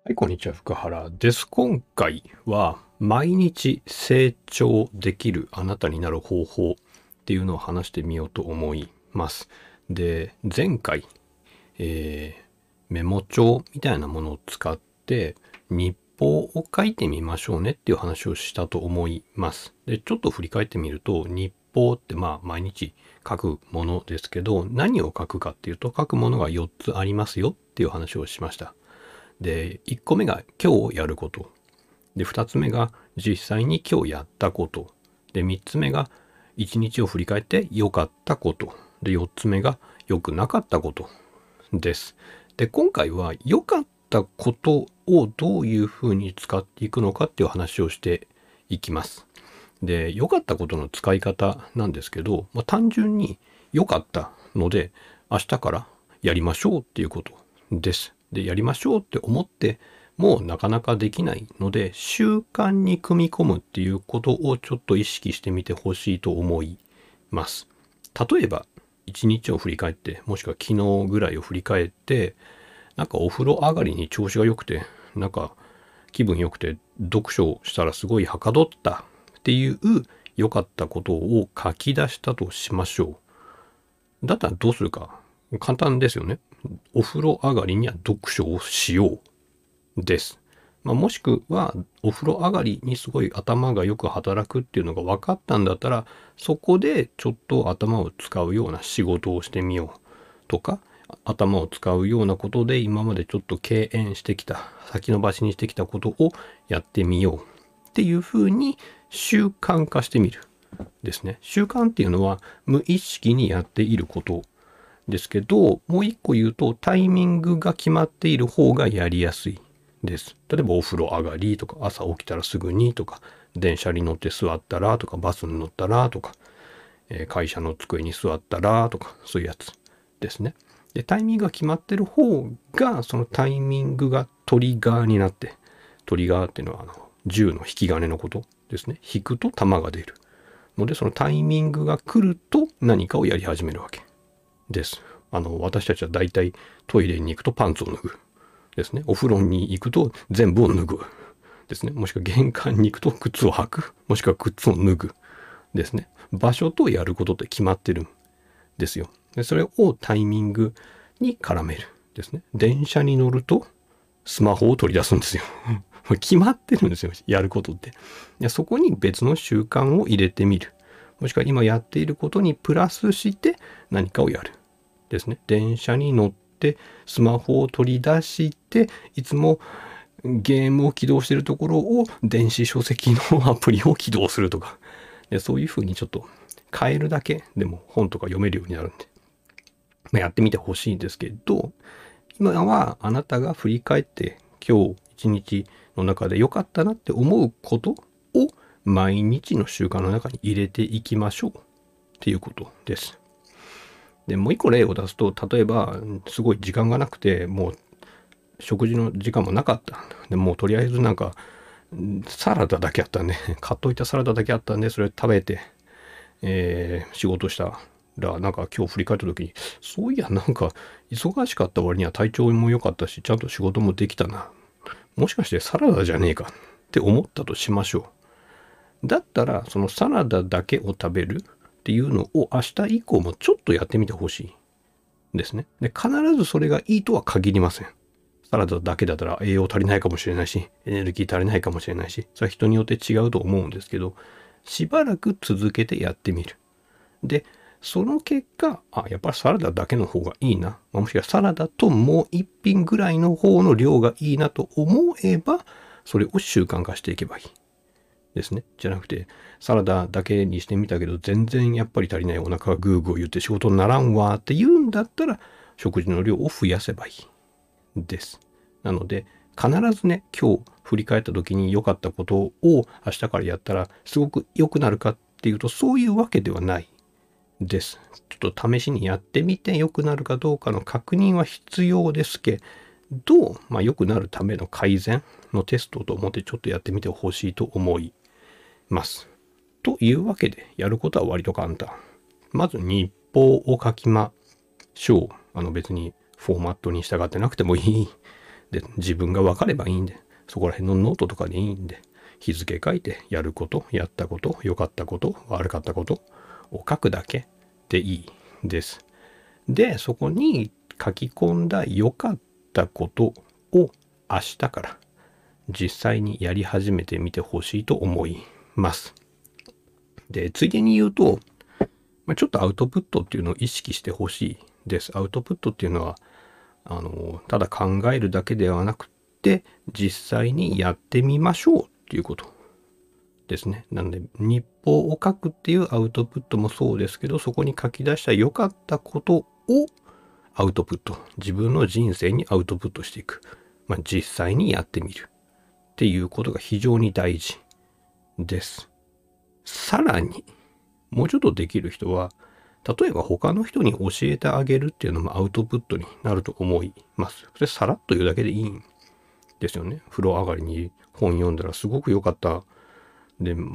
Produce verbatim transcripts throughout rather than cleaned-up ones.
はい、こんにちは、福原です。今回は、毎日成長できるあなたになる方法っていうのを話してみようと思います。で、前回、えーメモ帳みたいなものを使って、日報を書いてみましょうねっていう話をしたと思います。で、ちょっと振り返ってみると、日報ってまあ毎日書くものですけど、何を書くかっていうと、書くものがよっつありますよっていう話をしました。で、いっこめが今日やること。で、ふたつめが実際に今日やったこと。で、みっつめがいちにちを振り返って良かったこと。で、よっつめが良くなかったことです。で、今回は良かったことをどういうふうに使っていくのかっていう話をしていきます。で、良かったことの使い方なんですけど、まあ、単純に良かったので、明日からやりましょうっていうことです。で、やりましょうって思ってもうなかなかできないので、習慣に組み込むっていうことをちょっと意識してみてほしいと思います。例えば、一日を振り返って、もしくは昨日ぐらいを振り返って、なんかお風呂上がりに調子が良くて、なんか気分良くて読書をしたらすごいはかどったっていう良かったことを書き出したとしましょう。だったらどうするか。簡単ですよね。お風呂上がりには読書をしようです。まあ、もしくはお風呂上がりにすごい頭がよく働くっていうのが分かったんだったら、そこでちょっと頭を使うような仕事をしてみようとか、頭を使うようなことで今までちょっと敬遠してきた、先延ばしにしてきたことをやってみようっていうふうに習慣化してみるですね。習慣っていうのは無意識にやっていることですけど、もう一個言うとタイミングが決まっている方がやりやすいです。例えばお風呂上がりとか、朝起きたらすぐにとか、電車に乗って座ったらとか、バスに乗ったらとか、えー会社の机に座ったらとか、そういうやつですね。で、タイミングが決まってる方が、そのタイミングがトリガーになって、トリガーっていうのはあの銃の引き金のことですね。引くと弾が出るので、そのタイミングが来ると何かをやり始めるわけです。あの、私たちはだいたいトイレに行くとパンツを脱ぐですね。お風呂に行くと全部を脱ぐですね。もしくは玄関に行くと靴を履く。もしくは靴を脱ぐですね。場所とやることって決まってるんですよ。で、それをタイミングに絡めるですね。電車に乗るとスマホを取り出すんですよ。決まってるんですよ。やることって。で、そこに別の習慣を入れてみる。もしくは今やっていることにプラスして何かをやる。ですね。電車に乗ってスマホを取り出していつもゲームを起動しているところを電子書籍のアプリを起動するとか、でそういうふうにちょっと変えるだけでも本とか読めるようになるんで、まあ、やってみてほしいんですけど、今はあなたが振り返って今日一日の中で良かったなって思うことを毎日の習慣の中に入れていきましょうっていうことです。で、もう一個例を出すと、例えばすごい時間がなくて、もう食事の時間もなかった。でもうとりあえずなんかサラダだけあったんで、買っといたサラダだけあったんで、それ食べて、えー仕事したら、なんか今日振り返った時に、そういやなんか忙しかった割には体調も良かったし、ちゃんと仕事もできたな。もしかしてサラダじゃねえかって思ったとしましょう。だったら、そのサラダだけを食べるっていうのを明日以降もちょっとやってみてほしいですね。で、必ずそれがいいとは限りません。サラダだけだったら栄養足りないかもしれないし、エネルギー足りないかもしれないし、それは人によって違うと思うんですけど、しばらく続けてやってみる。で、その結果、あ、やっぱりサラダだけの方がいいな。もしくはサラダともう一品ぐらいの方の量がいいなと思えば、それを習慣化していけばいい。ですね。じゃなくて、サラダだけにしてみたけど、全然やっぱり足りない、お腹がグーグー言って仕事にならんわって言うんだったら、食事の量を増やせばいい。です。なので、必ずね、今日振り返った時に良かったことを明日からやったらすごく良くなるかっていうと、そういうわけではないです。ちょっと試しにやってみて良くなるかどうかの確認は必要ですけど、まあ、良くなるための改善のテストと思ってちょっとやってみてほしいと思います。というわけで、やることは割と簡単。まず日報を書きましょう。あの別にフォーマットに従ってなくてもいいで、自分が分かればいいんで、そこら辺のノートとかでいいんで、日付書いてやること、やったこと、良かったこと、悪かったことを書くだけでいいです。で、そこに書き込んだ良かったことを明日から実際にやり始めてみてほしいと思います。で、ついでに言うと、まあ、ちょっとアウトプットっていうのを意識してほしいです。アウトプットっていうのは、あの、ただ考えるだけではなくて、実際にやってみましょうっていうことですね。なので、日報を書くっていうアウトプットもそうですけど、そこに書き出した良かったことをアウトプット。自分の人生にアウトプットしていく。まあ、実際にやってみる。っていうことが非常に大事です。さらに、もうちょっとできる人は、例えば他の人に教えてあげるっていうのもアウトプットになると思います。それさらっと言うだけでいいんですよね。風呂上がりに本読んだらすごく良かった。で、うん、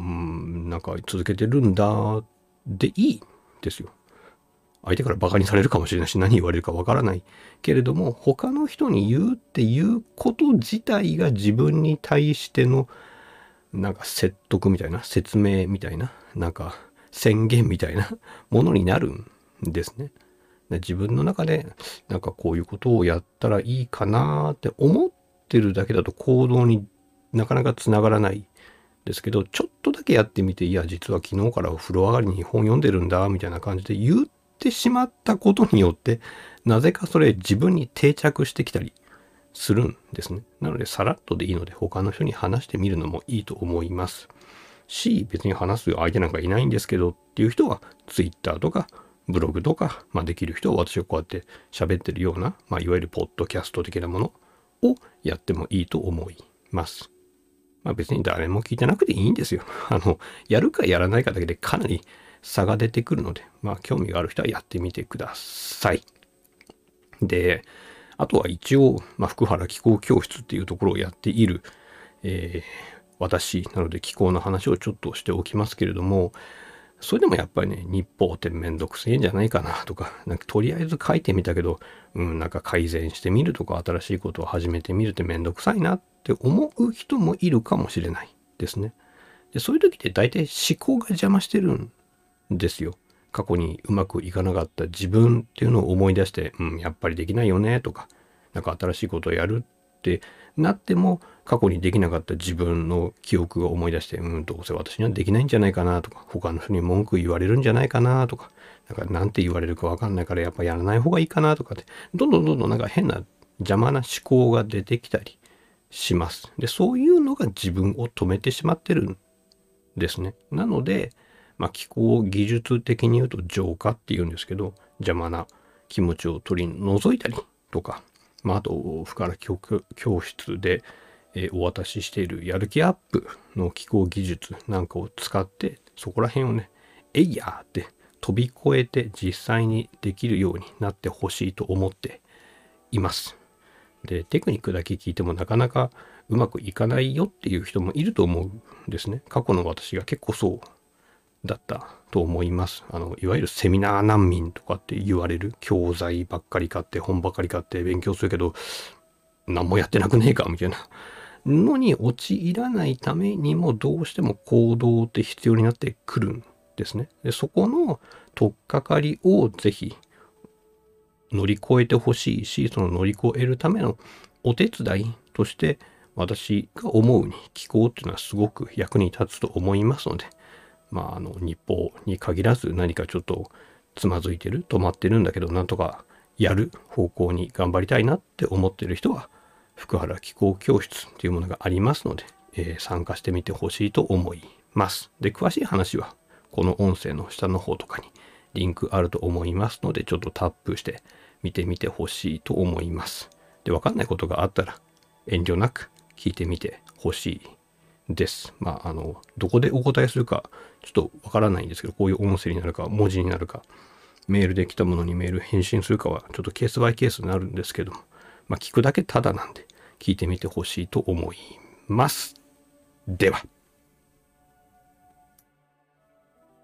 なんか続けてるんだ。でいいですよ。相手からバカにされるかもしれないし、何言われるかわからないけれども、他の人に言うっていうこと自体が自分に対してのなんか説得みたいな、説明みたいな、なんか宣言みたいなものになるんですね。自分の中でなんかこういうことをやったらいいかなって思ってるだけだと行動になかなかつながらないですけど、ちょっとだけやってみて、いや実は昨日からお風呂上がりに本読んでるんだみたいな感じで言ってしまったことによって、なぜかそれ自分に定着してきたりするんですね。なのでさらっとでいいので他の人に話してみるのもいいと思いますし、別に話す相手なんかいないんですけどっていう人は Twitter とかブログとか、まあ、できる人は私がこうやって喋ってるような、まあ、いわゆるポッドキャスト的なものをやってもいいと思います。まあ、別に誰も聞いてなくていいんですよ。あの、やるかやらないかだけでかなり差が出てくるので、まあ興味がある人はやってみてください。で、あとは一応、まあ、福原気候教室っていうところをやっている、えー、私なので気候の話をちょっとしておきますけれども、それでもやっぱりね、日報ってめんどくせえんじゃないかなとか、なんかとりあえず書いてみたけど、うん、なんか改善してみるとか、新しいことを始めてみるってめんどくさいなって思う人もいるかもしれないですね。で、そういう時って大体思考が邪魔してるんですよ。過去にうまくいかなかった自分っていうのを思い出して、うん、やっぱりできないよねとか、なんか新しいことをやるってなっても、過去にできなかった自分の記憶を思い出して、うん、どうせ私にはできないんじゃないかなとか、他の人に文句言われるんじゃないかなとか、なんかなんて言われるかわかんないからやっぱやらない方がいいかなとかって、どんどんどんどんなんか変な邪魔な思考が出てきたりします。で、そういうのが自分を止めてしまってるんですね。なので、まあ、気候技術的に言うと浄化っていうんですけど、邪魔な気持ちを取り除いたりとか、まあ、あと、福原教教室で、えーお渡ししているやる気アップの気候技術なんかを使って、そこら辺をね、えいやーって飛び越えて実際にできるようになってほしいと思っています。で、テクニックだけ聞いてもなかなかうまくいかないよっていう人もいると思うんですね。過去の私が結構そうだったと思います。あの、いわゆるセミナー難民とかって言われる教材ばっかり買って本ばっかり買って勉強するけど何もやってなくねえかみたいなのに陥らないためにもどうしても行動って必要になってくるんですね。で、そこの取っかかりをぜひ乗り越えてほしいし、その乗り越えるためのお手伝いとして私が思うに気候っていうのはすごく役に立つと思いますので、まあ、あの日報に限らず何かちょっとつまずいてる、止まってるんだけどなんとかやる方向に頑張りたいなって思ってる人は福原気候教室というものがありますので、えー参加してみてほしいと思います。で、詳しい話はこの音声の下の方とかにリンクあると思いますので、ちょっとタップして見てみてほしいと思います。で、わかんないことがあったら遠慮なく聞いてみてほしいです。まあ、あの、どこでお答えするかちょっとわからないんですけど、こういう音声になるか文字になるか、メールで来たものにメール返信するかはちょっとケースバイケースになるんですけども、まあ、聞くだけただなんで聞いてみてほしいと思います。では。